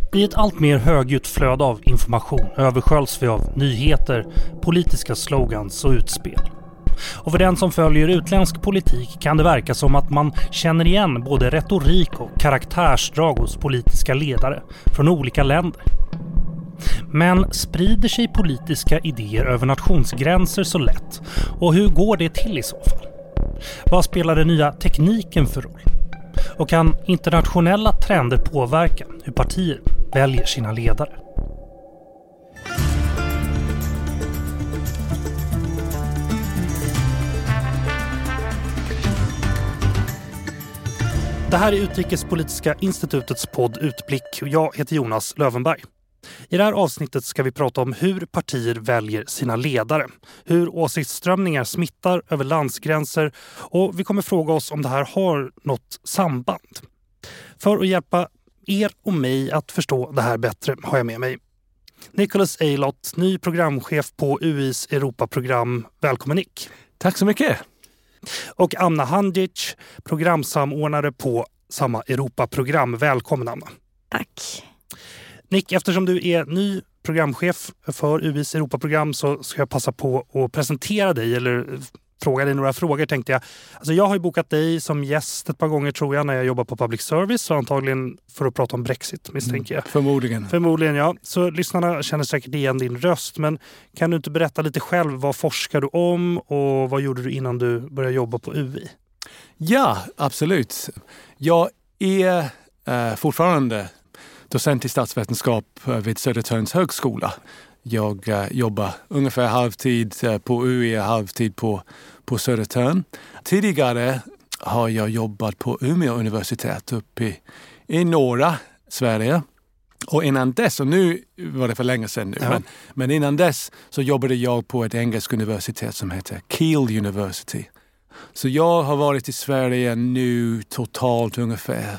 I ett allt mer högljutt flöde av information översköljs vi av nyheter, politiska slogans och utspel. Och för den som följer utländsk politik kan det verka som att man känner igen både retorik och karaktärsdrag hos politiska ledare från olika länder. Men sprider sig politiska idéer över nationsgränser så lätt? Och hur går det till i så fall? Vad spelar den nya tekniken för roll? Och kan internationella trender påverka hur partier väljer sina ledare? Det här är Utrikespolitiska institutets podd Utblick och jag heter Jonas Lövenberg. I det här avsnittet ska vi prata om hur partier väljer sina ledare, hur åsiktsströmningar smittar över landsgränser och vi kommer fråga oss om det här har något samband. För att hjälpa er och mig att förstå det här bättre har jag med mig Nicholas Aylott, ny programchef på UIs Europaprogram. Välkommen Nick. Tack så mycket. Och Anna Handjic, programsamordnare på samma Europaprogram. Välkommen Anna. Tack. Nick, eftersom du är ny programchef för UIs Europaprogram så ska jag passa på att presentera dig eller fråga dig några frågor tänkte jag. Alltså jag har ju bokat dig som gäst ett par gånger tror jag när jag jobbar på public service så antagligen för att prata om Brexit misstänker jag. Förmodligen ja. Så lyssnarna känner säkert igen din röst men kan du inte berätta lite själv vad forskar du om och vad gjorde du innan du började jobba på UI? Ja, absolut. Jag är fortfarande docent i statsvetenskap vid Södertörns högskola. Jag jobbar ungefär halvtid på UI och halvtid på Södertörn. Tidigare har jag jobbat på Umeå universitet uppe i norra Sverige. Och innan dess, och nu var det för länge sedan nu, men innan dess så jobbade jag på ett engelskt universitet som heter Keele University. Så jag har varit i Sverige nu totalt ungefär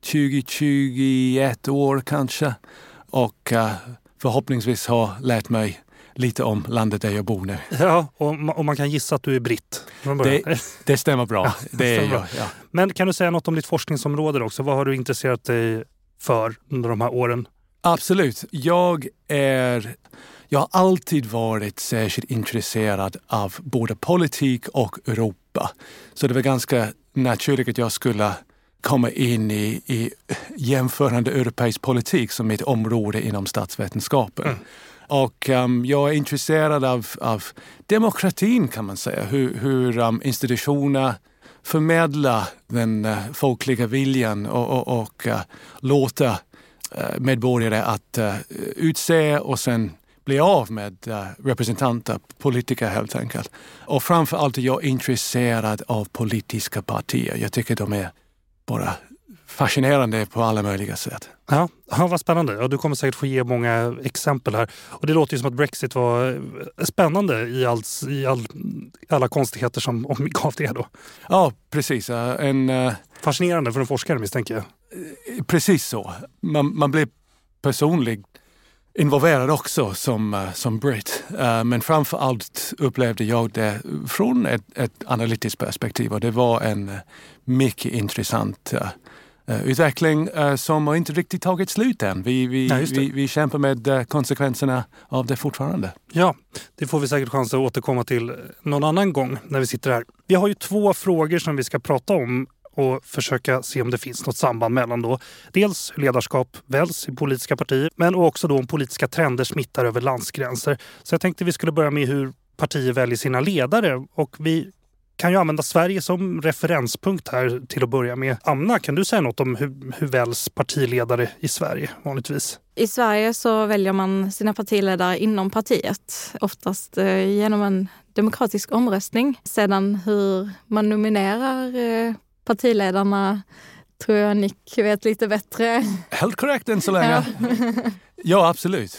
20-21 år kanske och förhoppningsvis har lärt mig lite om landet där jag bor nu. Ja, och man kan gissa att du är britt. Det stämmer bra. Det är jag, ja. Men kan du säga något om ditt forskningsområde också? Vad har du intresserat dig för under de här åren? Absolut. Jag har alltid varit särskilt intresserad av både politik och Europa. Så det var ganska naturligt att jag skulle komma in i jämförande europeisk politik som ett område inom statsvetenskapen. Mm. Och jag är intresserad av demokratin kan man säga. Hur institutioner förmedlar den folkliga viljan och låta medborgare att utse och sen bli av med representanter, politiker helt enkelt. Och framförallt är jag intresserad av politiska partier. Jag tycker de är bara fascinerande på alla möjliga sätt. Ja, vad spännande. Ja, du kommer säkert få ge många exempel här. Och det låter ju som att Brexit var spännande i alla konstigheter som omgav det då. Ja, precis. Fascinerande för en forskare misstänker jag. Precis så. Man blir personligt involverad också som britt. Men framförallt upplevde jag det från ett analytiskt perspektiv. Och det var en mycket intressant utveckling som har inte riktigt tagit slut än. Vi kämpar med konsekvenserna av det fortfarande. Ja, det får vi säkert chans att återkomma till någon annan gång när vi sitter här. Vi har ju 2 frågor som vi ska prata om och försöka se om det finns något samband mellan då. Dels hur ledarskap väljs i politiska partier men också då om politiska trender smittar över landsgränser. Så jag tänkte vi skulle börja med hur partier väljer sina ledare och vi kan ju använda Sverige som referenspunkt här till att börja med. Anna, kan du säga något om hur väljs partiledare i Sverige vanligtvis? I Sverige så väljer man sina partiledare inom partiet. Oftast genom en demokratisk omröstning. Sedan hur man nominerar partiledarna tror jag Nick vet lite bättre. Helt korrekt än så länge. Ja, absolut.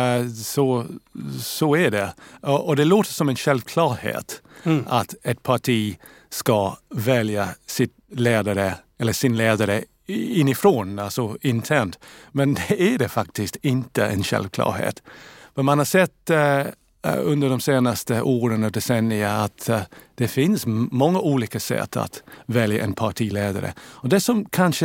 Så är det. Och det låter som en självklarhet att ett parti ska välja sitt ledare eller sin ledare inifrån, alltså internt. Men det är det faktiskt inte en självklarhet. Men man har sett under de senaste åren och decennier att det finns många olika sätt att välja en partiledare. Och det som kanske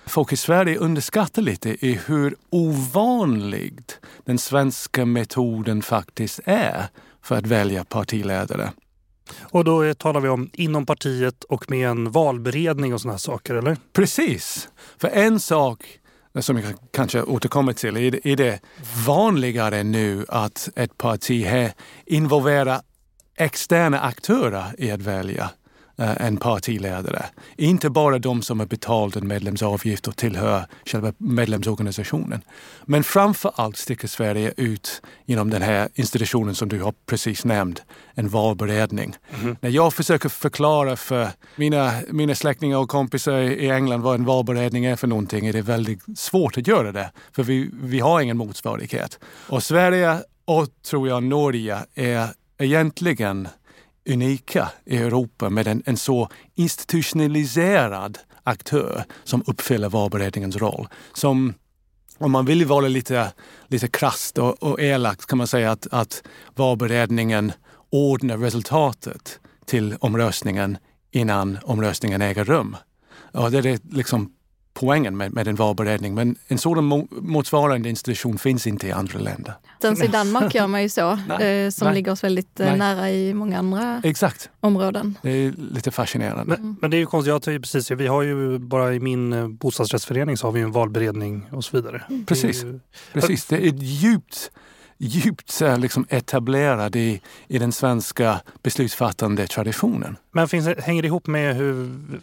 folk i Sverige underskattar lite är hur ovanligt den svenska metoden faktiskt är för att välja partiledare. Och då talar vi om inom partiet och med en valberedning och såna här saker, eller? Precis. För en sak som jag kanske återkommer till är det vanligare nu att ett parti involverar externa aktörer i att välja en partiledare. Inte bara de som har betalt en medlemsavgift och tillhör själva medlemsorganisationen. Men framför allt sticker Sverige ut genom den här institutionen som du har precis nämnt, en valberedning. När jag försöker förklara för mina släktingar och kompisar i England vad en valberedning är för någonting är det väldigt svårt att göra det. För vi har ingen motsvarighet. Och Sverige och tror jag Norge är egentligen unika i Europa med en så institutionaliserad aktör som uppfyller valberedningens roll. Som, om man vill vara lite krasst och elakt kan man säga att valberedningen ordnar resultatet till omröstningen innan omröstningen äger rum. Och det är liksom poängen med en valberedning. Men en sådan motsvarande institution finns inte i andra länder. Sen i Danmark gör man ju så, som ligger oss väldigt nära i många andra områden. Det är lite fascinerande. Men det är ju konstigt, vi har ju bara i min bostadsrättsförening så har vi en valberedning och så vidare. Precis, det är djupt liksom etablerad i den svenska beslutsfattande traditionen. Men hänger det ihop med hur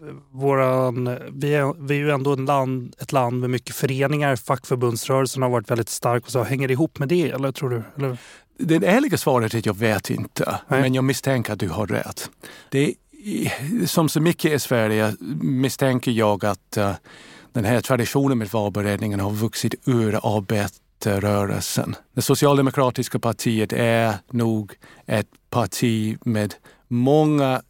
vi är ju ändå ett land med mycket föreningar, fackförbundsrörelsen har varit väldigt stark och så. Hänger det ihop med det, eller tror du? Eller? Det ärliga svaret är att jag vet inte, men jag misstänker att du har rätt. Som så mycket i Sverige misstänker jag att den här traditionen med valberedningen har vuxit ur arbetarrörelsen. Det socialdemokratiska partiet är nog ett parti med många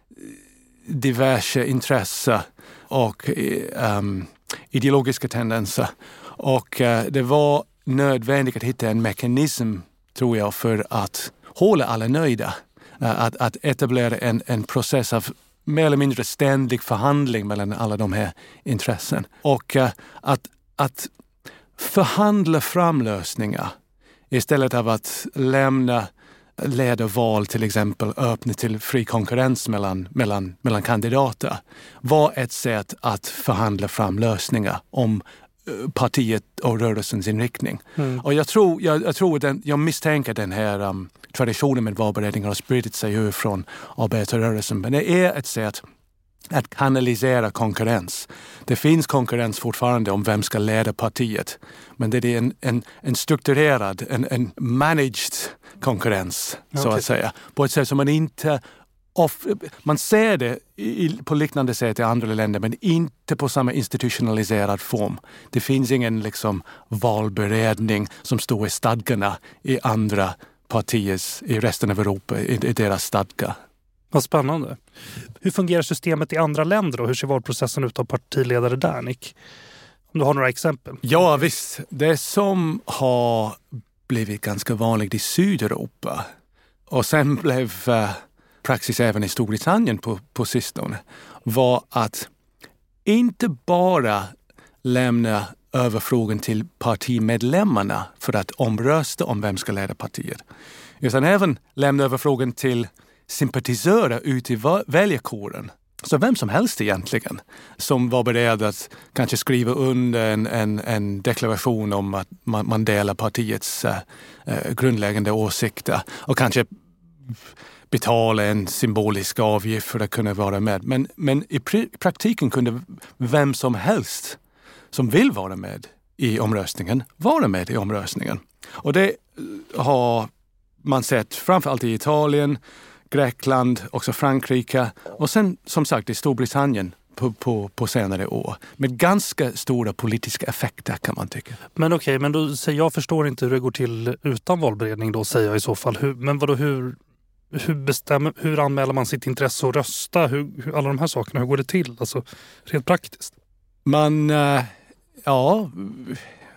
diverse intressen och ideologiska tendenser. Och det var nödvändigt att hitta en mekanism, tror jag, för att hålla alla nöjda. Att etablera en process av mer eller mindre ständig förhandling mellan alla de här intressen. Och att förhandla fram lösningar istället av att lämna ledarval till exempel öppna till fri konkurrens mellan kandidater var ett sätt att förhandla fram lösningar om partiet och rörelsens inriktning. Och jag misstänker den här traditionen med valberedningar har spridit sig ur från arbetarrörelsen. Men det är ett sätt att kanalisera konkurrens. Det finns konkurrens fortfarande om vem ska leda partiet. Men det är en strukturerad, en managed konkurrens, så att säga. På ett sätt som man inte... Man ser det på liknande sätt i andra länder, men inte på samma institutionaliserad form. Det finns ingen valberedning som står i stadgarna i andra partier i resten av Europa, i deras stadgar. Vad spännande. Hur fungerar systemet i andra länder och hur ser valprocessen ut av partiledare där, Nick? Om du har några exempel. Ja, visst. Det som har blivit ganska vanligt i Sydeuropa och sen blev praxis även i Storbritannien på sistone var att inte bara lämna över frågan till partimedlemmarna för att omrösta om vem ska leda partiet. Utan även lämna över frågan till sympatisörer ute i väljarkåren. Så vem som helst egentligen som var beredd att kanske skriva under en deklaration om att man delar partiets grundläggande åsikter och kanske betala en symbolisk avgift för att kunna vara med. Men i praktiken kunde vem som helst som vill vara med i omröstningen vara med i omröstningen. Och det har man sett framförallt i Italien, Grekland, också Frankrike och sen som sagt i Storbritannien på senare år. Med ganska stora politiska effekter kan man tycka. Men okej, men då säger jag förstår inte hur det går till utan valberedning då, säger jag i så fall. Hur anmäler man sitt intresse att rösta? Hur alla de här sakerna, hur går det till? Alltså rent praktiskt.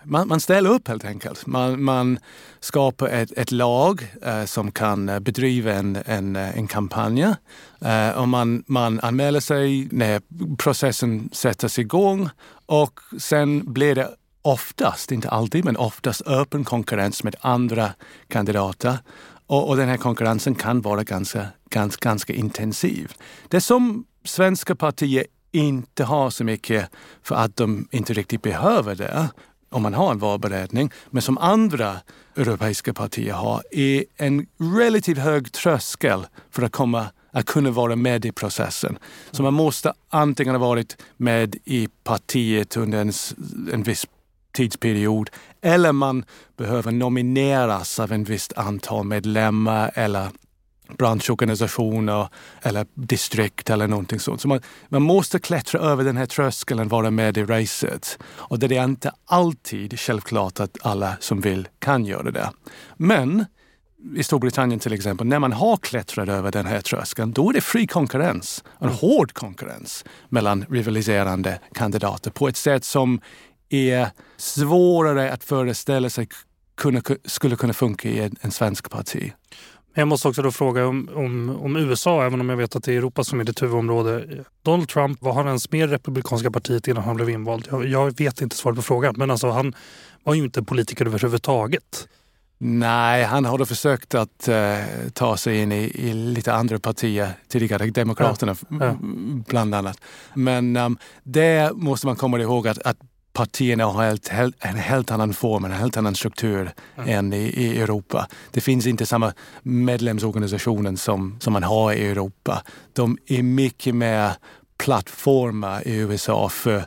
man ställer upp helt enkelt. Man skapar ett lag som kan bedriva en kampanj. Och man anmäler sig när processen sätts igång. Och sen blir det oftast, inte alltid, men oftast öppen konkurrens med andra kandidater. Och den här konkurrensen kan vara ganska intensiv. Det som svenska partier inte har så mycket för att de inte riktigt behöver det om man har en valberedning, men som andra europeiska partier har, är en relativt hög tröskel för att kunna vara med i processen. Så man måste antingen ha varit med i partiet under en viss tidsperiod, eller man behöver nomineras av en visst antal medlemmar eller branschorganisationer eller distrikt eller någonting sånt. Så man måste klättra över den här tröskeln, vara med i racet. Och det är inte alltid självklart att alla som vill kan göra det. Men i Storbritannien till exempel, när man har klättrat över den här tröskeln, då är det fri konkurrens, en hård konkurrens mellan rivaliserande kandidater på ett sätt som är svårare att föreställa sig skulle kunna funka i en svensk parti. Jag måste också då fråga om USA, även om jag vet att det är Europa som är ditt huvudområde. Donald Trump, var han ens med i Republikanska partiet innan han blev invald? Jag vet inte svaret på frågan, men alltså han var ju inte politiker överhuvudtaget. Nej, han hade försökt att ta sig in i lite andra partier tidigare, Demokraterna bland annat. Men det måste man komma ihåg att partierna har en helt annan form, en helt annan struktur än i Europa. Det finns inte samma medlemsorganisationen som man har i Europa. De är mycket mer plattformar i USA för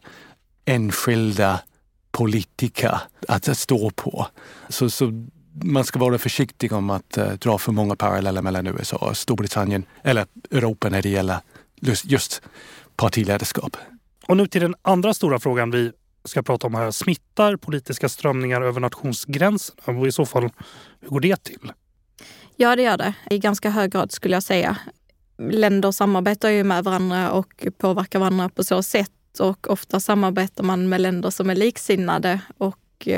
enskilda politiker att stå på. Så man ska vara försiktig om att dra för många paralleller mellan USA och Storbritannien eller Europa när det gäller just partiledarskap. Och nu till den andra stora frågan vi ska prata om här. Smittar politiska strömningar över nationsgränserna? Och i så fall, hur går det till? Ja, det gör det. I ganska hög grad skulle jag säga. Länder samarbetar ju med varandra och påverkar varandra på så sätt. Och ofta samarbetar man med länder som är liksinnade. Och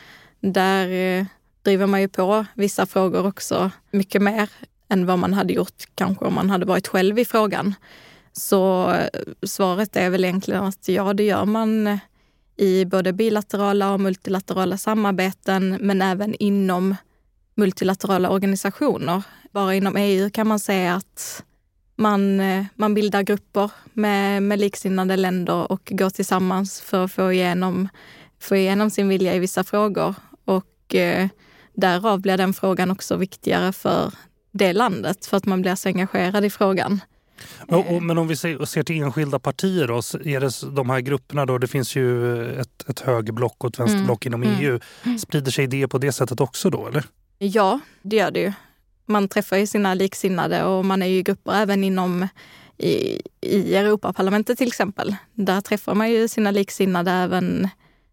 där driver man ju på vissa frågor också mycket mer än vad man hade gjort kanske om man hade varit själv i frågan. Så svaret är väl egentligen att ja, det gör man i både bilaterala och multilaterala samarbeten, men även inom multilaterala organisationer. Bara inom EU kan man säga att man bildar grupper med liksinnade länder och går tillsammans för att få igenom sin vilja i vissa frågor. Och därav blir den frågan också viktigare för det landet, för att man blir så engagerad i frågan. Men om vi ser till enskilda partier då, så är det de här grupperna då, det finns ju ett högerblock och ett vänsterblock inom EU. Sprider sig det på det sättet också då, eller? Ja, det gör det ju. Man träffar ju sina liksinnade och man är ju i grupper även inom i Europaparlamentet till exempel. Där träffar man ju sina liksinnade även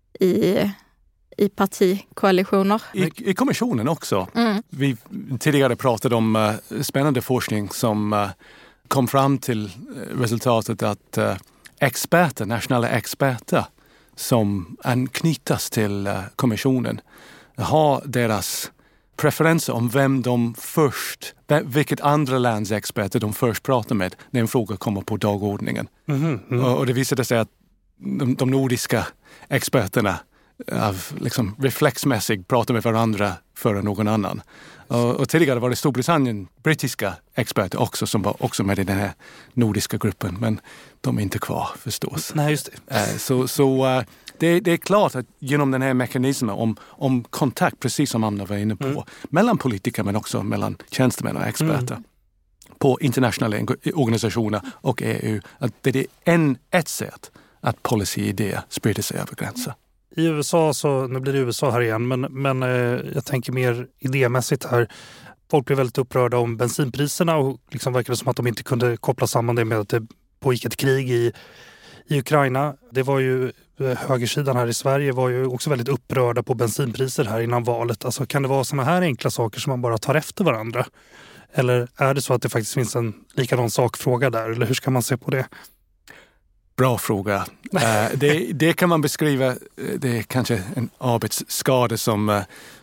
i partikoalitioner. I kommissionen också. Vi tidigare pratade om spännande forskning som kom fram till resultatet att nationella experter som anknytas till kommissionen har deras preferenser om vilket andra lands experter de först pratar med när en fråga kommer på dagordningen. Och det visade sig att de nordiska experterna reflexmässigt pratar med varandra före någon annan. Och tidigare var det Storbritannien, brittiska experter också som var också med i den här nordiska gruppen, men de är inte kvar förstås. Nej, just det. Det är klart att genom den här mekanismen om kontakt, precis som Amna var inne på, mellan politiker men också mellan tjänstemän och experter på internationella organisationer och EU, att det är ett sätt att policyidéer sprider sig över gränser. I USA, så nu blir det USA här igen, men jag tänker mer idémässigt här. Folk blev väldigt upprörda om bensinpriserna och liksom verkade som att de inte kunde koppla samman det med att det pågick ett krig i Ukraina. Det var ju högersidan här i Sverige var ju också väldigt upprörda på bensinpriser här innan valet. Alltså kan det vara såna här enkla saker som man bara tar efter varandra? Eller är det så att det faktiskt finns en likadan sakfråga där? Eller hur ska man se på det? Bra fråga. Det kan man beskriva, det är kanske en arbetsskada som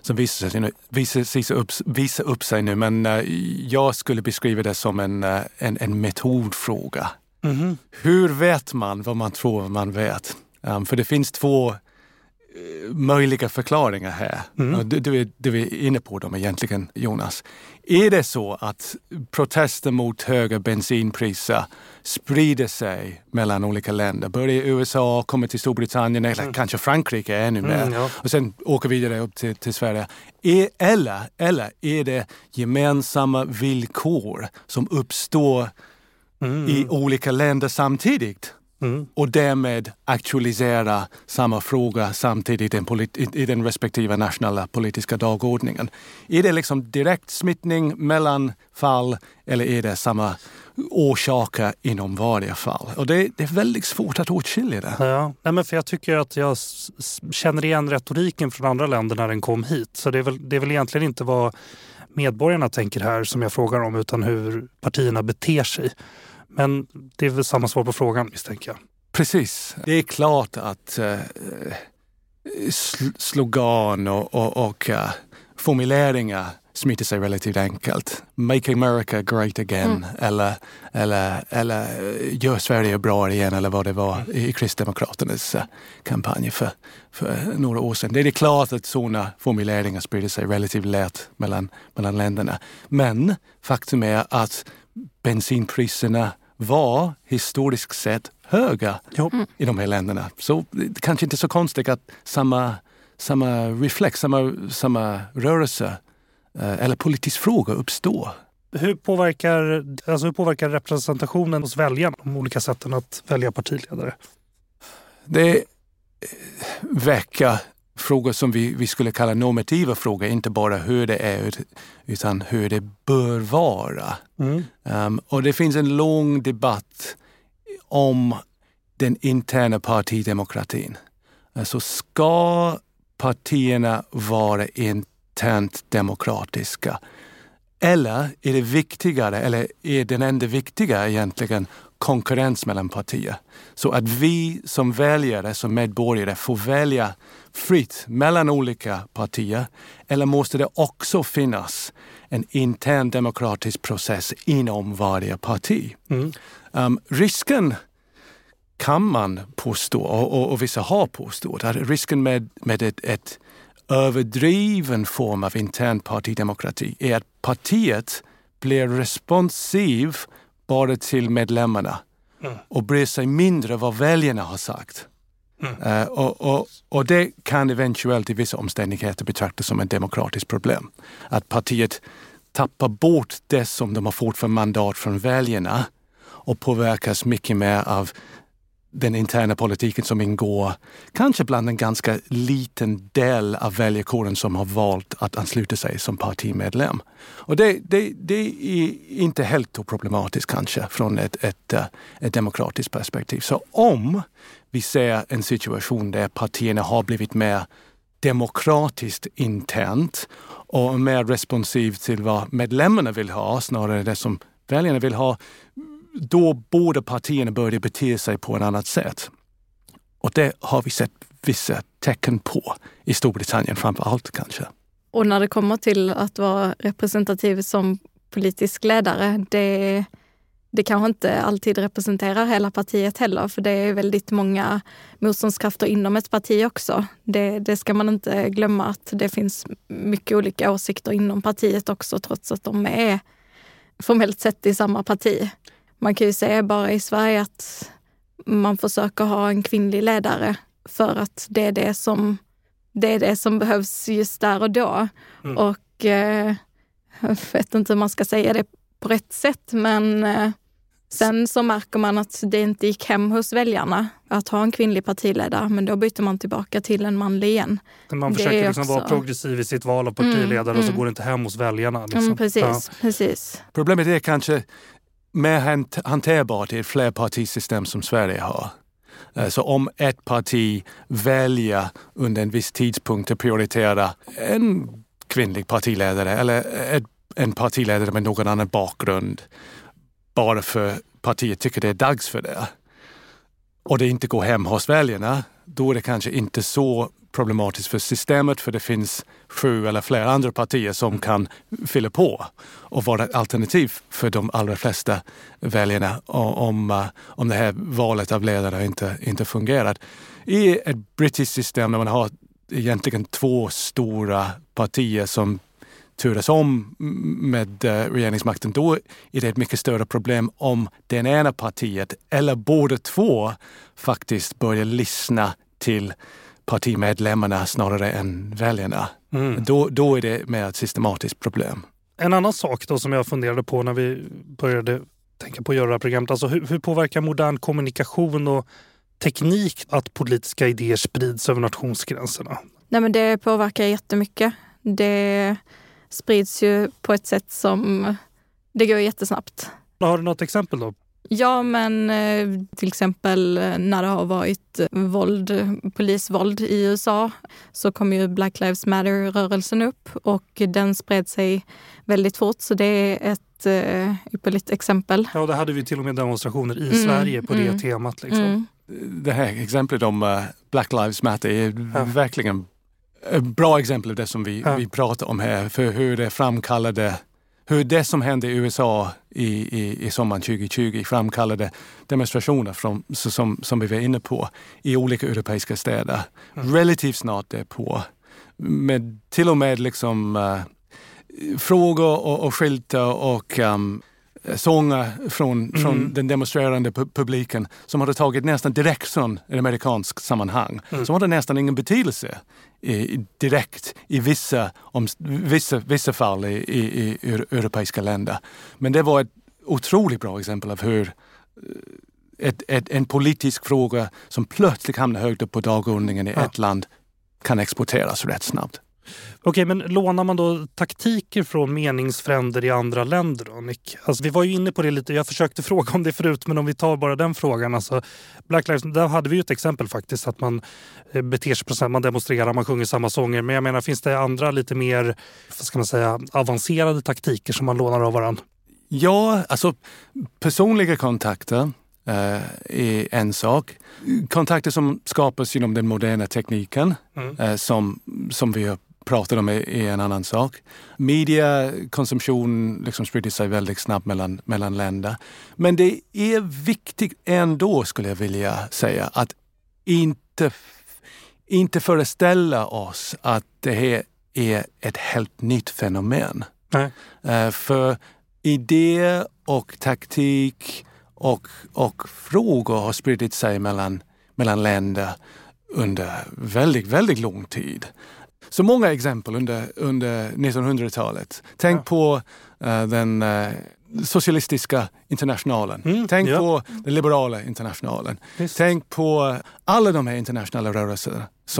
visar upp sig nu, men jag skulle beskriva det som en metodfråga. Mm-hmm. Hur vet man vad man tror man vet? För det finns två möjliga förklaringar här. Mm. Du är inne på dem egentligen, Jonas. Är det så att protester mot höga bensinpriser sprider sig mellan olika länder? Börjar i USA, kommer till Storbritannien eller kanske Frankrike ännu mer och sen åker vidare upp till Sverige. Eller är det gemensamma villkor som uppstår i olika länder samtidigt? Och därmed aktualisera samma fråga samtidigt i den respektive nationella politiska dagordningen. Är det liksom direkt smittning mellan fall eller är det samma orsaker inom varje fall? Och det är väldigt svårt att åtskilja det. Ja, men för jag tycker att jag känner igen retoriken från andra länder när den kom hit. Så det är väl egentligen inte vad medborgarna tänker här som jag frågar om, utan hur partierna beter sig. Men det är väl samma svar på frågan, misstänker jag. Precis. Det är klart att slogan och formuleringar smittar sig relativt enkelt. Make America great again eller gör Sverige bra igen eller vad det var i Kristdemokraternas kampanj för några år sedan. Det är klart att sådana formuleringar sprider sig relativt lätt mellan länderna. Men faktum är att bensinpriserna var historiskt sett höga i de här länderna. Så det kanske inte är så konstigt att samma reflex, samma rörelse eller politisk fråga uppstår. Hur påverkar representationen hos väljarna de olika sätten att välja partiledare? Det väcker frågor som vi skulle kalla normativa frågor, inte bara hur det är utan hur det bör vara. Och det finns en lång debatt om den interna partidemokratin. Alltså ska partierna vara internt demokratiska? Eller är det viktigare, eller är den enda viktiga egentligen konkurrens mellan partier? Så att vi som väljare, som medborgare får välja fritt mellan olika partier, eller måste det också finnas en intern demokratisk process inom varje parti? Risken kan man påstå, och vissa har påstått, att risken med ett överdriven form av intern partidemokrati är att partiet blir responsiv bara till medlemmarna och bryr sig mindre vad väljarna har sagt. Och det kan eventuellt i vissa omständigheter betraktas som ett demokratiskt problem. Att partiet tappar bort det som de har fått för mandat från väljarna och påverkas mycket mer av den interna politiken som ingår kanske bland en ganska liten del av väljarkåren som har valt att ansluta sig som partimedlem. Och det är inte helt oproblematiskt kanske från ett demokratiskt perspektiv. Så om vi ser en situation där partierna har blivit mer demokratiskt internt och mer responsiv till vad medlemmarna vill ha snarare det som väljarna vill ha, då borde partierna börja bete sig på ett annat sätt. Och det har vi sett vissa tecken på i Storbritannien framför allt kanske. Och när det kommer till att vara representativ som politisk ledare, det kanske inte alltid representerar hela partiet heller, för det är väldigt många motståndskrafter inom ett parti också. Det ska man inte glömma, att det finns mycket olika åsikter inom partiet också, trots att de är formellt sett i samma parti. Man kan ju säga bara i Sverige att man försöker ha en kvinnlig ledare för att det är det som behövs just där och då. Och jag vet inte hur man ska säga det på rätt sätt, men sen så märker man att det inte gick hem hos väljarna att ha en kvinnlig partiledare, men då byter man tillbaka till en manlig igen. Man försöker liksom vara progressiv i sitt val av partiledare och så går det inte hem hos väljarna. Liksom. Precis. Problemet är kanske mer hanterbart i ett flerpartisystem som Sverige har. Så om ett parti väljer under en viss tidpunkt att prioritera en kvinnlig partiledare eller en partiledare med någon annan bakgrund bara för partiet tycker det är dags för det. och det inte går hem hos väljarna, då är det kanske inte så problematiskt för systemet, för det finns 7 eller fler andra partier som kan fylla på och vara ett alternativ för de allra flesta väljarna om det här valet av ledare inte fungerar. I ett brittiskt system där man har egentligen 2 stora partier som turas om med regeringsmakten, då är det ett mycket större problem om den ena partiet eller båda 2 faktiskt börjar lyssna till partimedlemmarna snarare än väljarna. Då är det mer ett systematiskt problem. En annan sak då som jag funderade på när vi började tänka på att göra det här programmet, alltså hur påverkar modern kommunikation och teknik att politiska idéer sprids över nationsgränserna? Nej, men det påverkar jättemycket. Det sprids ju på ett sätt som det går jättesnabbt. Har du något exempel då? Ja, men till exempel när det har varit polisvåld i USA så kom ju Black Lives Matter-rörelsen upp och den spred sig väldigt fort. Så det är ett ypperligt exempel. Ja, det hade vi till och med demonstrationer i Sverige på det temat. Liksom. Det här exemplet om Black Lives Matter är verkligen ett bra exempel av det som vi pratar om här. För hur det som hände i USA i sommaren 2020 framkallade demonstrationer som vi var inne på i olika europeiska städer. Relativt snart därpå. Med till och med liksom frågor och skyltar och sånger från den demonstrerande publiken som hade tagit nästan direkt från ett amerikanskt sammanhang. Som hade nästan ingen betydelse direkt i vissa fall i europeiska länder. Men det var ett otroligt bra exempel av hur en politisk fråga som plötsligt hamnar högt upp på dagordningen i ett land kan exporteras rätt snabbt. Okej, men lånar man då taktiker från meningsfränder i andra länder då, Nick? Alltså, vi var ju inne på det lite, jag försökte fråga om det förut, men om vi tar bara den frågan. Alltså, Black Lives, där hade vi ju ett exempel faktiskt, att man beter sig på sätt, man demonstrerar, man sjunger samma sånger. Men jag menar, finns det andra lite mer, vad ska man säga, avancerade taktiker som man lånar av varandra? Ja, alltså personliga kontakter är en sak. Kontakter som skapas genom den moderna tekniken som vi har pratat om är en annan sak. Mediekonsumtion liksom sprider sig väldigt snabbt mellan länder. Men det är viktigt ändå, skulle jag vilja säga, att inte föreställa oss att det här är ett helt nytt fenomen. Nej. För idéer och taktik och frågor har spridit sig mellan länder under väldigt, väldigt lång tid. Så många exempel under 1900-talet. Tänk på den socialistiska internationalen. Tänk på den liberala internationalen. Just. Tänk på alla de här internationella rörelserna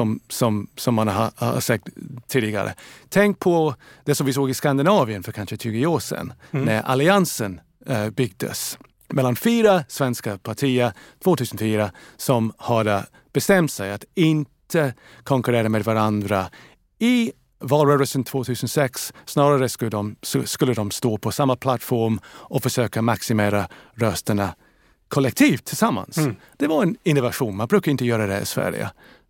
som man har sett tidigare. Tänk på det som vi såg i Skandinavien för kanske 20 år sedan. När alliansen byggdes. Mellan 4 svenska partier 2004 som hade bestämt sig att inte konkurrera med varandra i valrörelsen 2006. Snarare skulle de stå på samma plattform och försöka maximera rösterna kollektivt tillsammans. Det var en innovation. Man brukar inte göra det i Sverige.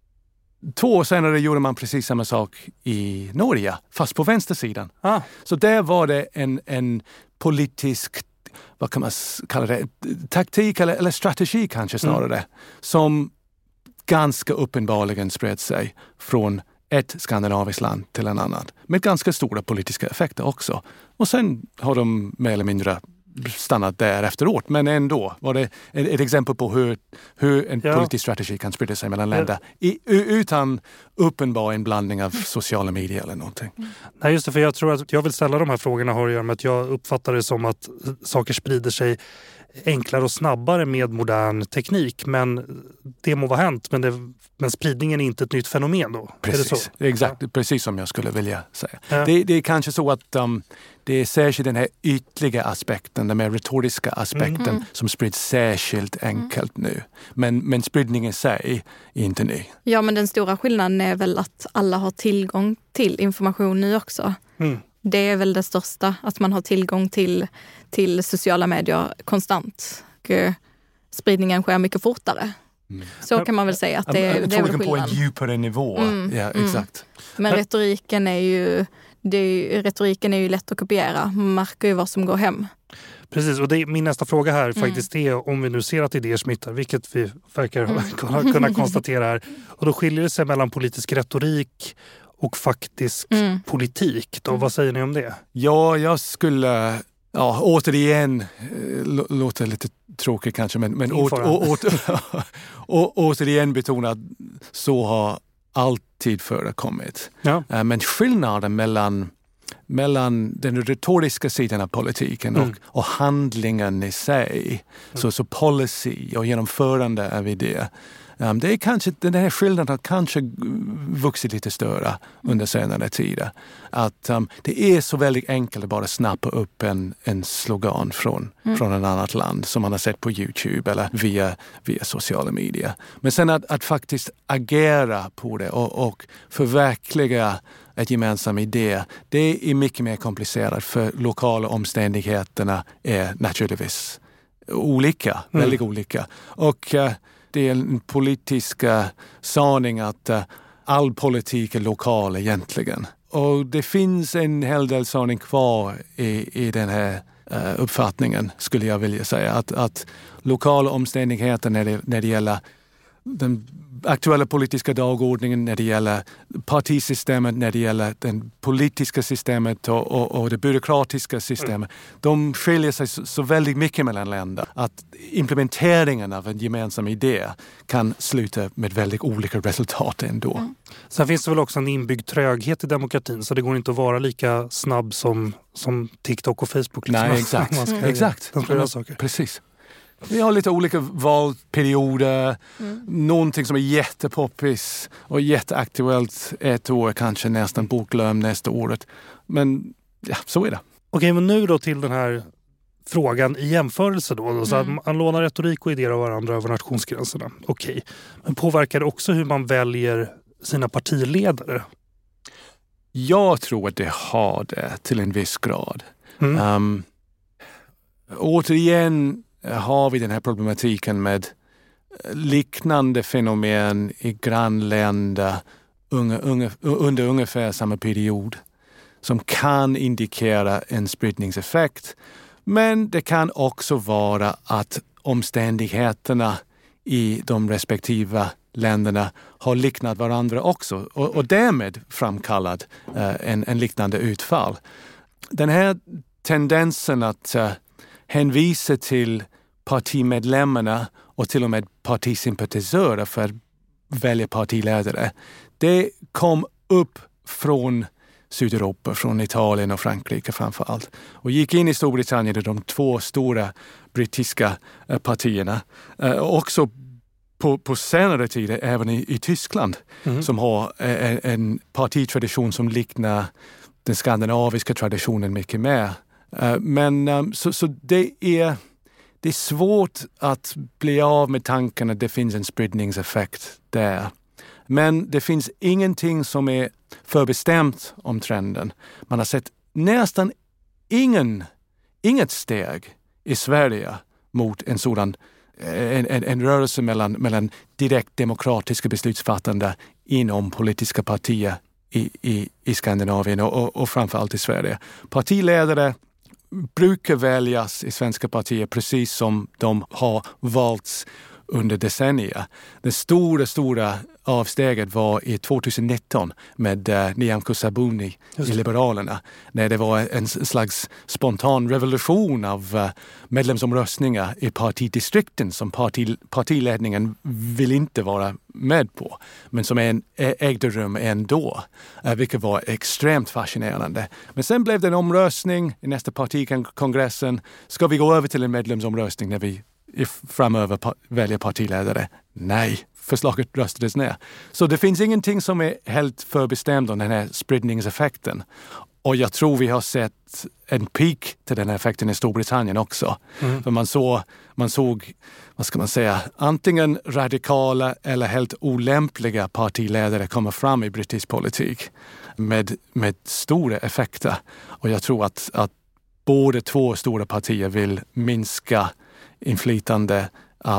2 år senare gjorde man precis samma sak i Norge, fast på vänstersidan. Så där var det en politisk, vad kan man kalla det, taktik eller strategi kanske snarare, som ganska uppenbarligen spred sig från ett skandinaviskt land till en annan. Med ganska stora politiska effekter också. Och sen har de mer eller mindre stannat där efteråt. Men ändå var det ett exempel på hur en politisk strategi kan sprida sig mellan länder utan uppenbar inblandning av sociala medier eller någonting. Nej, just det, för jag tror att jag vill ställa de här frågorna har att göra med att jag uppfattar det som att saker sprider sig enklare och snabbare med modern teknik. Men det må vara hänt, men spridningen är inte ett nytt fenomen då. Precis, är det så? Exakt. Precis som jag skulle vilja säga. Det är kanske så att det är särskilt den här ytliga aspekten, den mer retoriska aspekten som sprids särskilt enkelt nu. Men spridningen i sig är inte ny. Ja, men den stora skillnaden är väl att alla har tillgång till information nu också. Det är väl det största, att man har tillgång till sociala medier konstant. Och spridningen sker mycket fortare. Så kan man väl säga att det är väl skillnad. På en skillnaden. djupare nivå. Ja, exakt. Men retoriken är ju lätt att kopiera. Man märker ju vad som går hem. Precis, och min nästa fråga här faktiskt är om vi nu ser att idéer smittar, vilket vi verkar kunna konstatera här. Och då skiljer det sig mellan politisk retorik och faktisk politik. Då. Vad säger ni om det? Ja, jag skulle... Ja, återigen, låter lite tråkigt kanske, men återigen betona att så har alltid förekommit. Ja. Men skillnaden mellan den retoriska sidan av politiken och handlingen i sig, så policy och genomförande av idé. Det är kanske, den här skillnaden har kanske vuxit lite större under senare tider. Att det är så väldigt enkelt att bara snappa upp en slogan från ett annat land som man har sett på YouTube eller via sociala medier. Men sen att faktiskt agera på det och förverkliga ett gemensam idé, det är mycket mer komplicerat för lokala omständigheterna är naturligtvis olika, väldigt olika. Och det är en politisk sanning att all politik är lokal egentligen. Och det finns en hel del sanning kvar i den här uppfattningen, skulle jag vilja säga. Att lokala omständigheter när det gäller den aktuella politiska dagordningen, när det gäller partisystemet, när det gäller det politiska systemet och det byråkratiska systemet. De skiljer sig så väldigt mycket mellan länder att implementeringen av en gemensam idé kan sluta med väldigt olika resultat ändå. Sen finns det väl också en inbyggd tröghet i demokratin, så det går inte att vara lika snabb som TikTok och Facebook. Liksom. Nej, exakt. Precis. Vi har lite olika valperioder. Någonting som är jättepoppis och jätteaktuellt ett år, kanske nästan bortglömd nästa året. Men ja, så är det. Okej, men nu då till den här frågan i jämförelse då. Så att man lånar retorik och idéer av varandra över nationsgränserna. Okej. Men påverkar det också hur man väljer sina partiledare? Jag tror att det har det till en viss grad. Återigen har vi den här problematiken med liknande fenomen i grannländer under ungefär samma period som kan indikera en spridningseffekt. Men det kan också vara att omständigheterna i de respektive länderna har liknat varandra också och därmed framkallat en liknande utfall. Den här tendensen att hänvisa till partimedlemmarna och till och med partisympatisörer för att välja partiledare. Det kom upp från Sydeuropa, från Italien och Frankrike framför allt. Och gick in i Storbritannien, de två stora brittiska partierna. Också på senare tid även i Tyskland som har en partitradition som liknar den skandinaviska traditionen mycket mer. Men så det är svårt att bli av med tanken att det finns en spridningseffekt där. Men det finns ingenting som är förbestämt om trenden. Man har sett nästan inget steg i Sverige mot en sådan en rörelse mellan direkt demokratiska beslutsfattande inom politiska partier i Skandinavien och framförallt i Sverige. Partiledare brukar väljas i svenska partier precis som de har valts under decennier. Det stora avsteget var i 2019 med Nyamko Sabuni i Liberalerna. När det var en slags spontan revolution av medlemsomröstningar i partidistrikten som partiledningen vill inte vara med på. Men som ägde rum ändå. Vilket var extremt fascinerande. Men sen blev det en omröstning i nästa partikongressen. Ska vi gå över till en medlemsomröstning när vi framöver välja partiledare? Nej, förslaget röstades ner. Så det finns ingenting som är helt förbestämt om den här spridningseffekten. Och jag tror vi har sett en peak till den här effekten i Storbritannien också. För man såg, vad ska man säga, antingen radikala eller helt olämpliga partiledare komma fram i brittisk politik med stora effekter. Och jag tror att både två stora partier vill minska inflytande av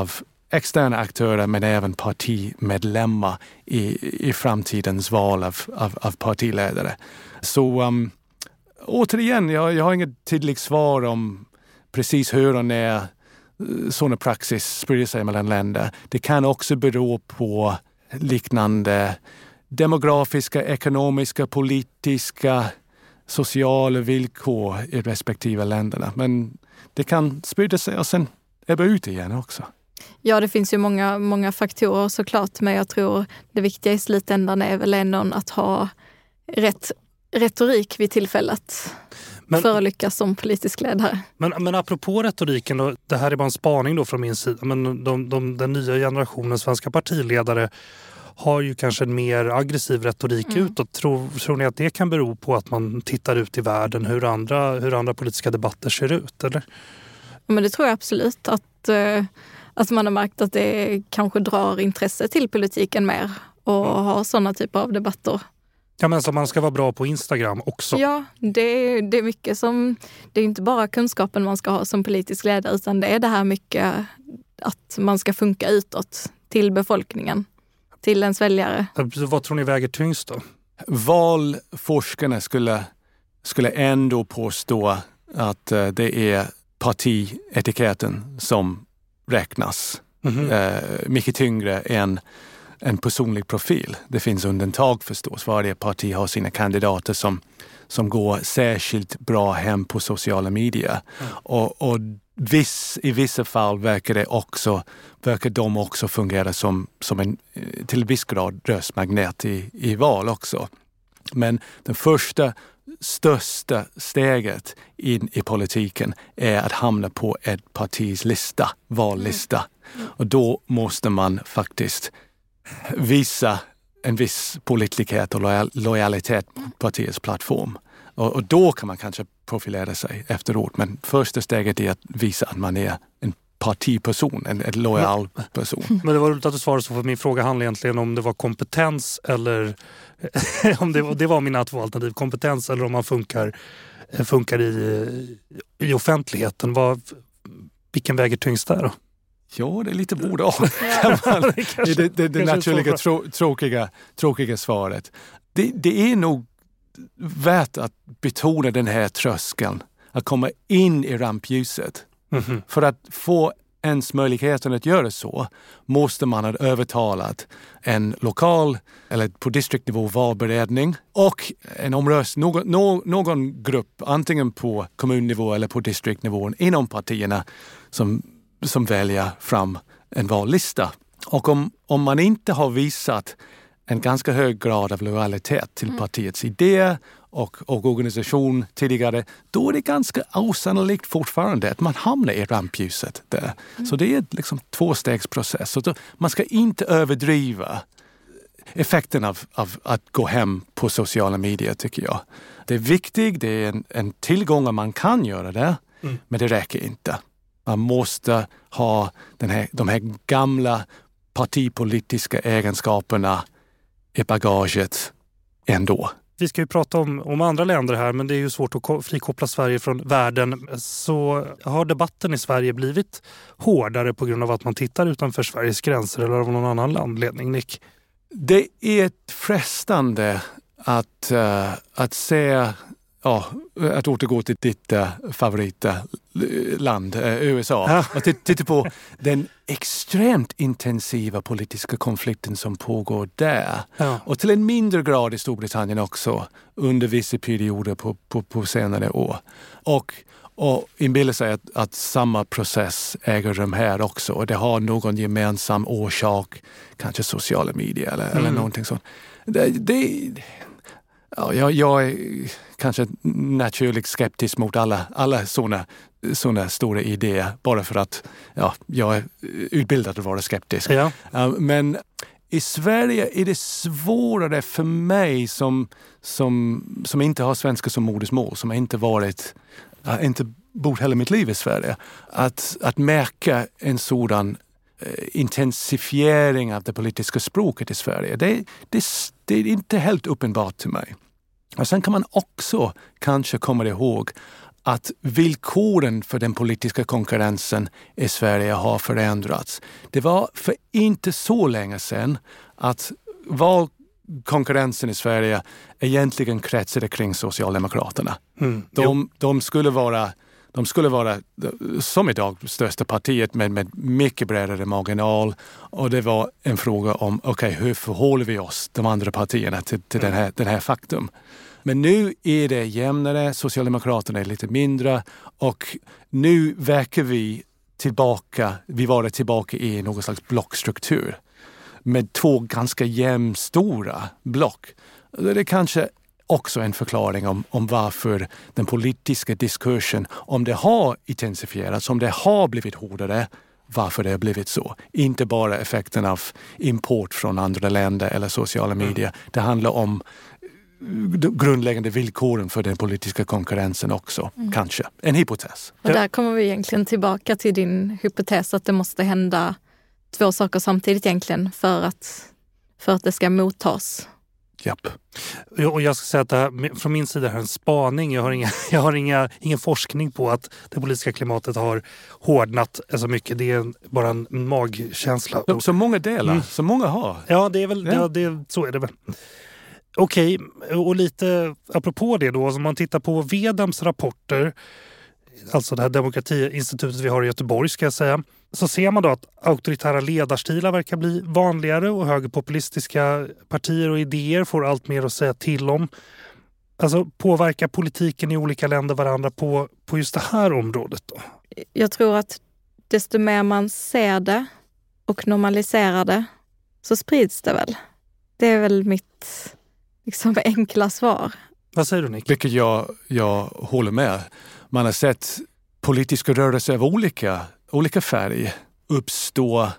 externa aktörer men även partimedlemmar i framtidens val av partiledare. Så återigen, jag har inget tydligt svar om precis hur och när sådana praxis sprider sig mellan länder. Det kan också bero på liknande demografiska, ekonomiska, politiska, sociala villkor i respektive länderna. Men det kan sprida sig och sen ebba ut igen också. Ja, det finns ju många faktorer såklart, men jag tror det viktiga i slutändan är väl ändå att ha rätt retorik vid tillfället för att lyckas som politisk ledare. Men apropå retoriken, då, det här är bara en spaning då från min sida, men den nya generationen svenska partiledare har ju kanske en mer aggressiv retorik utåt. Tror ni att det kan bero på att man tittar ut i världen hur andra politiska debatter ser ut, eller? Men det tror jag absolut att man har märkt att det kanske drar intresse till politiken mer och ha sådana typer av debatter. Ja, men så man ska vara bra på Instagram också. Ja, det är mycket som... Det är inte bara kunskapen man ska ha som politisk ledare, utan det är det här mycket att man ska funka utåt till befolkningen, till ens väljare. Vad tror ni väger tyngst då? Valforskarna skulle ändå påstå att det är partietiketten som räknas mycket tyngre än en personlig profil. Det finns undantag förstås. Varje parti har sina kandidater som går särskilt bra hem på sociala medier. Och i vissa fall verkar de också fungera som en till viss grad röstmagnet i val också. Men den första största steget in i politiken är att hamna på ett partis vallista. Och då måste man faktiskt visa en viss pålitlighet och lojalitet på partiets plattform. Och då kan man kanske profilera sig efteråt. Men första steget är att visa att man är en partiperson, en lojal person. Men det var roligt att du svarade så, för min fråga handlar egentligen om det var kompetens eller om det var mina två alternativ, kompetens eller om man funkar i offentligheten. Vilken väger tyngst där då? Ja, det är lite både och. Det naturliga tråkiga svaret. Det är nog värt att betona den här tröskeln. Att komma in i rampljuset. För att få ens möjligheten att göra så måste man ha övertalat en lokal eller på distriktnivå valberedning och en omröstning, någon grupp, antingen på kommunnivå eller på distriktnivå inom partierna som väljer fram en vallista. Och om man inte har visat en ganska hög grad av lojalitet till partiets idéer och organisation tidigare, då är det ganska osannolikt fortfarande att man hamnar i rampljuset där. Så det är liksom tvåstegsprocess. Så man ska inte överdriva effekten av att gå hem på sociala medier, tycker jag. Det är viktigt, det är en tillgång att man kan göra det, men det räcker inte. Man måste ha de här gamla partipolitiska egenskaperna i bagaget ändå. Vi ska ju prata om andra länder här, men det är ju svårt att frikoppla Sverige från världen. Så har debatten i Sverige blivit hårdare på grund av att man tittar utanför Sveriges gränser eller av någon annan landledning, Nick? Det är frestande att se... Ja, att återgå till ditt favoritland, USA. Och titta på den extremt intensiva politiska konflikten som pågår där. Ja. Och till en mindre grad i Storbritannien också under vissa perioder på senare år. Och inbillar sig att samma process äger rum här också. Och det har någon gemensam orsak, kanske sociala medier eller någonting sånt. Ja, jag är kanske naturligt skeptisk mot alla såna stora idéer, bara för att jag är utbildad att vara skeptisk. Ja. Men i Sverige är det svårare för mig som inte har svenska som modersmål, som inte bott hela mitt liv i Sverige, att märka en sådan intensifiering av det politiska språket i Sverige. Det är inte helt uppenbart till mig. Och sen kan man också kanske komma ihåg att villkoren för den politiska konkurrensen i Sverige har förändrats. Det var för inte så länge sedan att valkonkurrensen i Sverige egentligen kretsade kring Socialdemokraterna. De skulle vara som idag största partiet med mycket bredare marginal, och det var en fråga om hur förhåller vi oss de andra partierna till den här faktum. Men nu är det jämnare, Socialdemokraterna är lite mindre, och nu verkar vi vara tillbaka i någon slags blockstruktur med två ganska jämnstora block. Det är kanske också en förklaring om varför den politiska diskursen, om det har intensifierats, om det har blivit hårdare, varför det har blivit så. Inte bara effekten av import från andra länder eller sociala medier. Det handlar om grundläggande villkoren för den politiska konkurrensen också, kanske. En hypotes. Och där kommer vi egentligen tillbaka till din hypotes att det måste hända två saker samtidigt egentligen för att det ska mottas. Japp. Och jag ska säga att det här, från min sida är en spaning. Jag har ingen forskning på att det politiska klimatet har hårdnat så mycket. Det är bara en magkänsla. Så många delar, så många har. Ja, det är väl så är det väl. Okej, och lite apropå det då, om man tittar på Vedams rapporter, alltså det här demokratiinstitutet vi har i Göteborg ska jag säga, så ser man då att auktoritära ledarstilar verkar bli vanligare och högerpopulistiska partier och idéer får allt mer att säga till om. Alltså påverkar politiken i olika länder varandra på just det här området då? Jag tror att desto mer man ser det och normaliserar det så sprids det väl. Det är väl mitt enkla svar. Vad säger du, Nick? Vilket jag håller med. Man har sett politiska rörelser av olika färg uppstå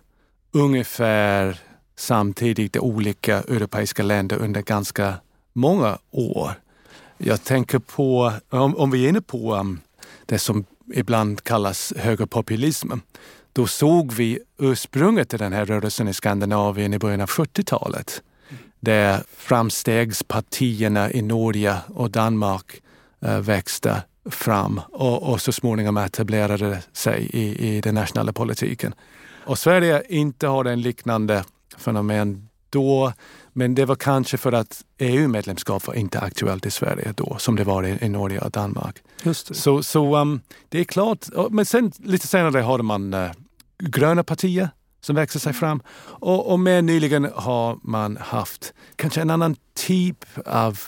ungefär samtidigt i olika europeiska länder under ganska många år. Jag tänker på, om vi är inne på det som ibland kallas högerpopulism, då såg vi ursprunget till den här rörelsen i Skandinavien i början av 70-talet. Där framstegspartierna i Norge och Danmark växte fram och så småningom etablerade sig i den nationella politiken. Och Sverige inte har en liknande fenomen då, men det var kanske för att EU-medlemskap var inte aktuellt i Sverige då, som det var i Norge och Danmark. Just det. Så det är klart, men sen lite senare har man gröna partier som växer sig fram. Och mer nyligen har man haft kanske en annan typ av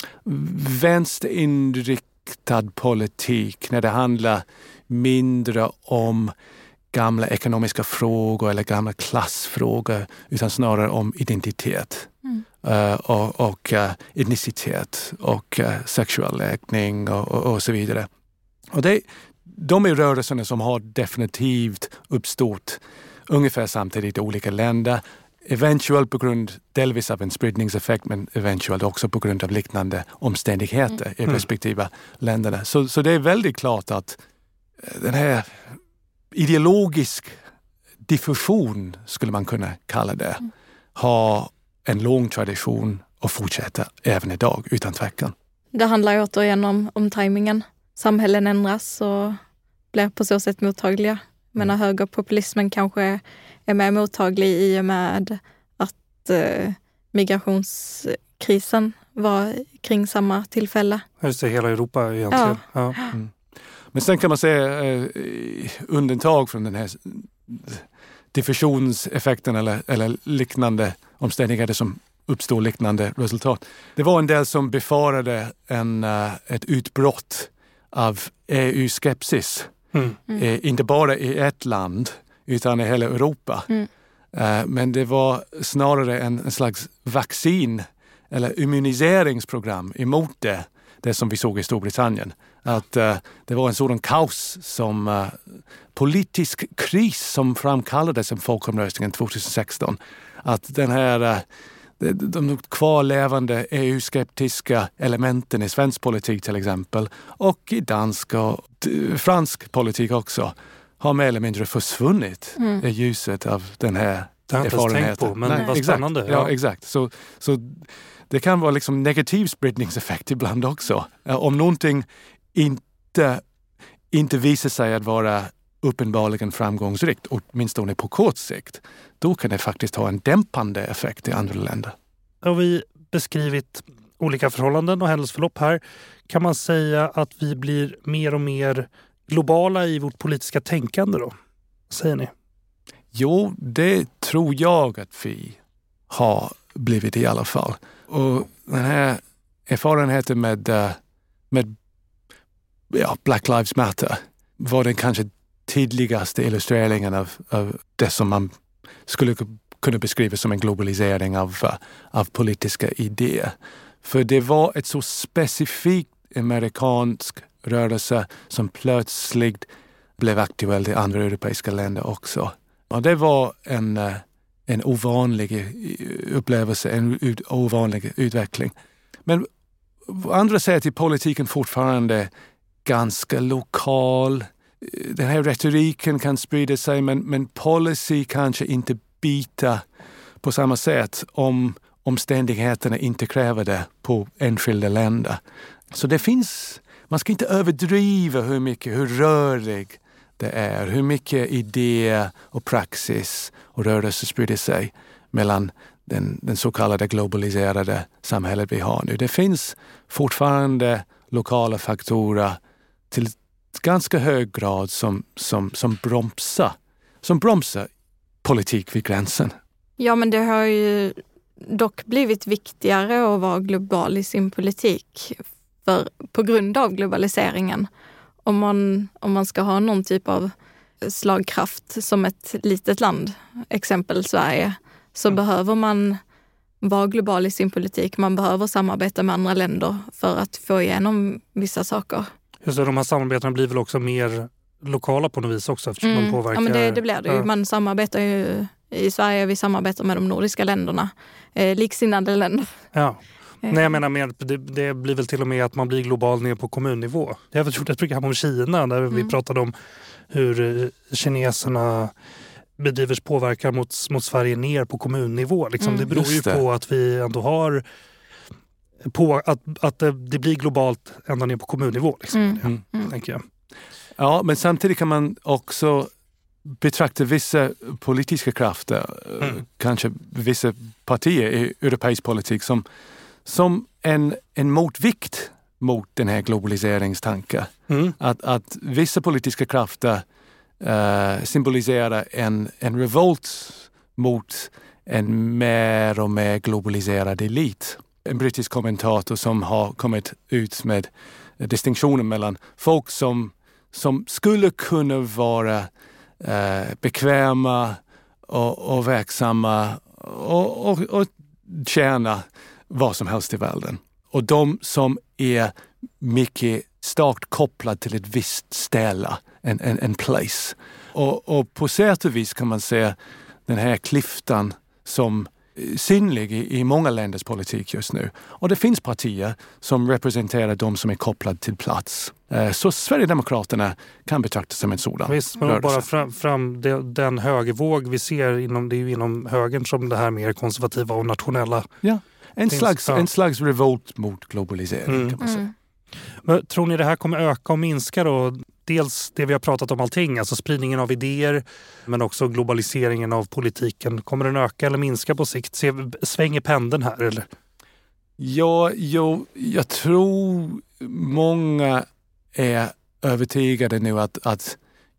vänsterinriktad politik när det handlar mindre om gamla ekonomiska frågor eller gamla klassfrågor, utan snarare om identitet och etnicitet och sexuell läggning och så vidare. Och de är rörelserna som har definitivt uppstått ungefär samtidigt i olika länder. Eventuellt på grund delvis av en spridningseffekt, men eventuellt också på grund av liknande omständigheter i respektive länderna. Så det är väldigt klart att den här ideologisk diffusion, skulle man kunna kalla det, har en lång tradition och fortsätter även idag, utan tvekan. Det handlar återigen om tajmingen. Samhällen ändras och blir på så sätt mottagliga. Men högerpopulismen kanske är mer mottaglig i och med att migrationskrisen var kring samma tillfälle. Just det, hela Europa egentligen. Ja. Ja. Men sen kan man säga undantag från den här diffusionseffekten eller liknande omständigheter som uppstår liknande resultat. Det var en del som befarade ett utbrott av EU-skepsis. Inte bara i ett land utan i hela Europa. Men det var snarare en slags vaccin eller immuniseringsprogram emot det som vi såg i Storbritannien. Att det var en sådan kaos som politisk kris som framkallades i folkomröstningen 2016. Att den här de kvarlevande EU-skeptiska elementen i svensk politik till exempel och i dansk och fransk politik också har mer eller mindre försvunnit i ljuset av den här erfarenheten. På, men vad spännande. Ja, exakt. Så det kan vara liksom negativ spridningseffekt ibland också. Om någonting inte inte visar sig att vara uppenbarligen framgångsrikt, åtminstone på kort sikt, då kan det faktiskt ha en dämpande effekt i andra länder. Har vi beskrivit olika förhållanden och händelseförlopp här. Kan man säga att vi blir mer och mer globala i vårt politiska tänkande då? Säger ni? Jo, det tror jag att vi har blivit i alla fall. Och den här erfarenheten med Black Lives Matter var den kanske tydligaste illustreringen av det som man skulle kunna beskriva som en globalisering av politiska idéer. För det var ett så specifikt amerikansk rörelse som plötsligt blev aktuell i andra europeiska länder också. Och det var en ovanlig upplevelse, en ovanlig utveckling. Men andra säger att politiken fortfarande ganska lokal. Den här retoriken kan sprida sig, men policy kanske inte bita på samma sätt om omständigheterna inte kräver det på enskilda länder. Så det finns, man ska inte överdriva hur rörig det är, hur mycket idéer och praxis och rörelser sprider sig mellan den så kallade globaliserade samhället vi har nu. Det finns fortfarande lokala faktorer till ganska hög grad som bromsar politik vid gränsen. Ja, men det har ju dock blivit viktigare att vara global i sin politik på grund av globaliseringen. Om man ska ha någon typ av slagkraft som ett litet land, exempel Sverige, så behöver man vara global i sin politik. Man behöver samarbeta med andra länder för att få igenom vissa saker. Just det, de här samarbetena blir väl också mer lokala på något vis också eftersom de påverkar... Ja, men det blir det ju. Man samarbetar ju i Sverige, vi samarbetar med de nordiska länderna, liksinnade länder. Ja. Nej, jag menar mer, det blir väl till och med att man blir global ner på kommunnivå. Jag har gjort ett program om Kina där vi pratade om hur kineserna bedrivers påverkar mot Sverige ner på kommunnivå. Liksom. Det beror ju på att vi ändå har på att det blir globalt ända ner på kommunnivå. Liksom, tänker jag. Ja, men samtidigt kan man också betrakta vissa politiska krafter, kanske vissa partier i europeisk politik som en motvikt mot den här globaliseringstanken. Att vissa politiska krafter symboliserar en revolt mot en mer och mer globaliserad elit. En brittisk kommentator som har kommit ut med distinktionen mellan folk som skulle kunna vara bekväma och verksamma och tjäna vad som helst i världen. Och de som är mycket starkt kopplade till ett visst ställe, en place. Och på sätt och vis kan man se den här klyftan som synlig i många länders politik just nu. Och det finns partier som representerar de som är kopplade till plats. Så Sverigedemokraterna kan betraktas som en sådan. Visst, men bara fram den högervåg vi ser det är ju inom högern som det här mer konservativa och nationella. Ja, en slags revolt mot globalisering kan man säga. Men tror ni det här kommer öka och minska då? Dels det vi har pratat om allting, alltså spridningen av idéer, men också globaliseringen av politiken. Kommer den öka eller minska på sikt? Svänger pendeln här eller? Ja, jag tror många är övertygade nu att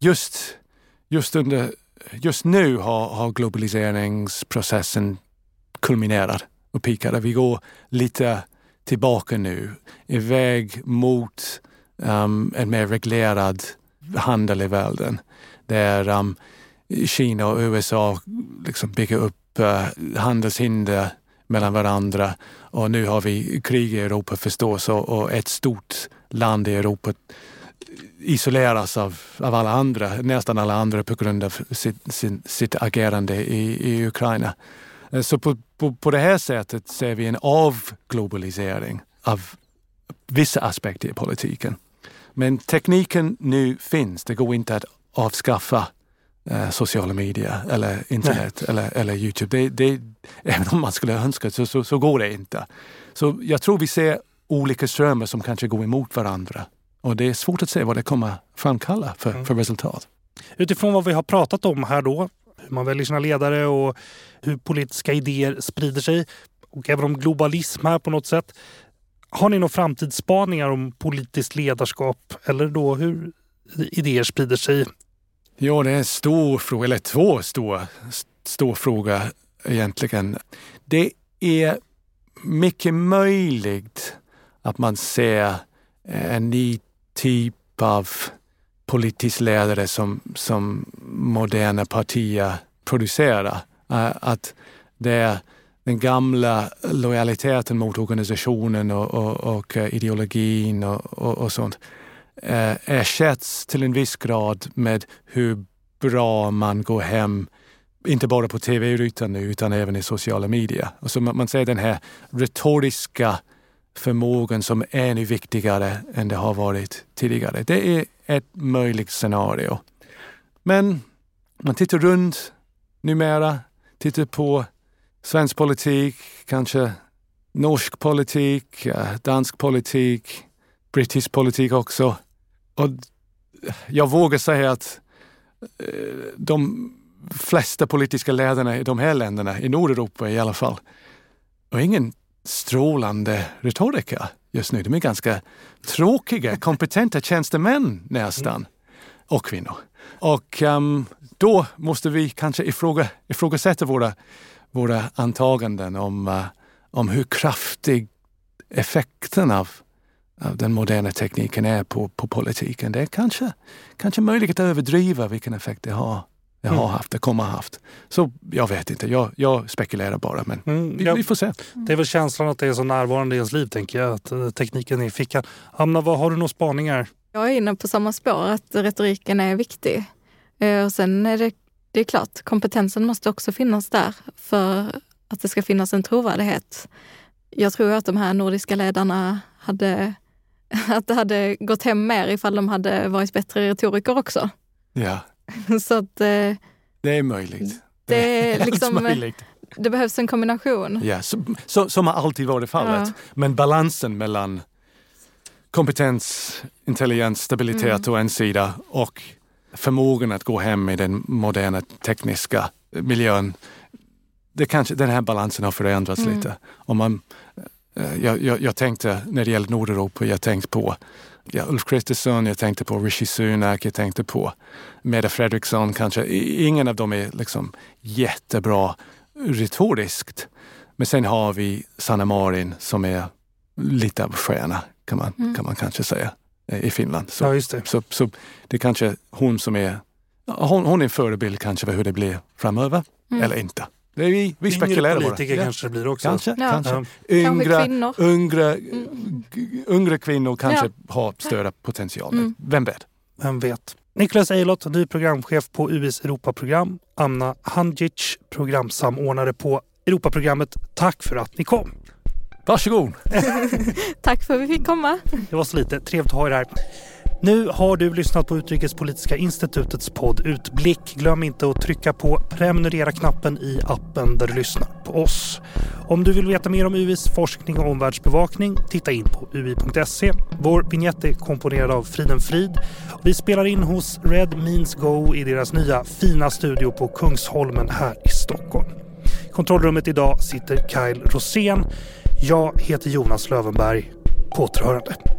just nu har globaliseringsprocessen kulminerat och peakat. Vi går lite tillbaka nu i väg mot en mer reglerad handel i världen där Kina och USA liksom bygger upp handelshinder mellan varandra och nu har vi krig i Europa förstås och ett stort land i Europa isoleras av alla andra, nästan alla andra på grund av sitt agerande i Ukraina. Så på det här sättet ser vi en avglobalisering av vissa aspekter i politiken. Men tekniken nu finns. Det går inte att avskaffa sociala medier eller internet eller YouTube. Även om man skulle önska så går det inte. Så jag tror vi ser olika strömmar som kanske går emot varandra Och det är svårt att se vad det kommer framkalla för resultat. Utifrån vad vi har pratat om här då, hur man väljer sina ledare och hur politiska idéer sprider sig och även om globalism här på något sätt. Har ni några framtidsspaningar om politiskt ledarskap eller då hur idéer sprider sig? Ja, det är en stor fråga, eller två stor fråga egentligen. Det är mycket möjligt att man ser en ny typ av politisk ledare som moderna partier producerar. Att det är den gamla lojaliteten mot organisationen och ideologin och sånt ersätts till en viss grad med hur bra man går hem, inte bara på tv-rutan nu utan även i sociala medier. Och så man ser den här retoriska förmågan som är ännu viktigare än det har varit tidigare. Det är ett möjligt scenario. Men man tittar runt numera, tittar på svensk politik, kanske norsk politik, dansk politik, brittisk politik också. Och jag vågar säga att de flesta politiska ledarna i de här länderna, i Nordeuropa i alla fall, är ingen strålande retoriker just nu. De är ganska tråkiga, kompetenta tjänstemän nästan. Och kvinnor. Och då måste vi kanske ifrågasätta våra antaganden om hur kraftig effekten av den moderna tekniken är på politiken. Det är kanske möjligt att överdriva vilken effekt det har haft, det kommer ha haft. Så jag vet inte, jag spekulerar bara, men vi får se. Det är väl känslan att det är så närvarande i ens liv, tänker jag, att tekniken är i fickan. Amna, vad har du några spaningar? Jag är inne på samma spår, att retoriken är viktig. Och sen är det är klart, kompetensen måste också finnas där för att det ska finnas en trovärdighet. Jag tror att de här nordiska ledarna att det hade gått hem mer ifall de hade varit bättre retoriker också. Ja. Så att det är möjligt. Det är liksom möjligt. Det behövs en kombination. Ja, som har alltid varit fallet. Ja. Men balansen mellan kompetens, intelligens, stabilitet å en sida och förmågan att gå hem i den moderna tekniska miljön. Den här balansen har förändrats lite. Om jag tänkte, när det gäller Nordeuropa, jag tänkte på Ulf Kristersson, jag tänkte på Rishi Sunak, jag tänkte på Mette Frederiksen kanske. Ingen av dem är liksom jättebra retoriskt. Men sen har vi Sanna Marin som är lite av stjärna, kan man kanske säga, i Finland. Så, ja, just det. Så det är kanske hon som är hon är en förebild kanske för hur det blir framöver, eller inte. Det är vi spekulerar bara. Politiker kanske det blir också. Kanske. Yngre kvinnor kanske har större potential. Vem vet? Niklas Eilert, ny programchef på UIs Europaprogram. Amna Handjic, programsamordnare på Europaprogrammet. Tack för att ni kom. Varsågod. Tack för att vi fick komma. Det var så lite. Trevligt att ha er här. Nu har du lyssnat på Utrikespolitiska institutets podd Utblick. Glöm inte att trycka på prenumerera-knappen i appen där du lyssnar på oss. Om du vill veta mer om UIs forskning och omvärldsbevakning, titta in på ui.se. Vår vignett är komponerad av Friden Frid. Vi spelar in hos Red Means Go i deras nya fina studio på Kungsholmen här i Stockholm. I kontrollrummet idag sitter Kyle Rosén. Jag heter Jonas Lövenberg. På återhörande.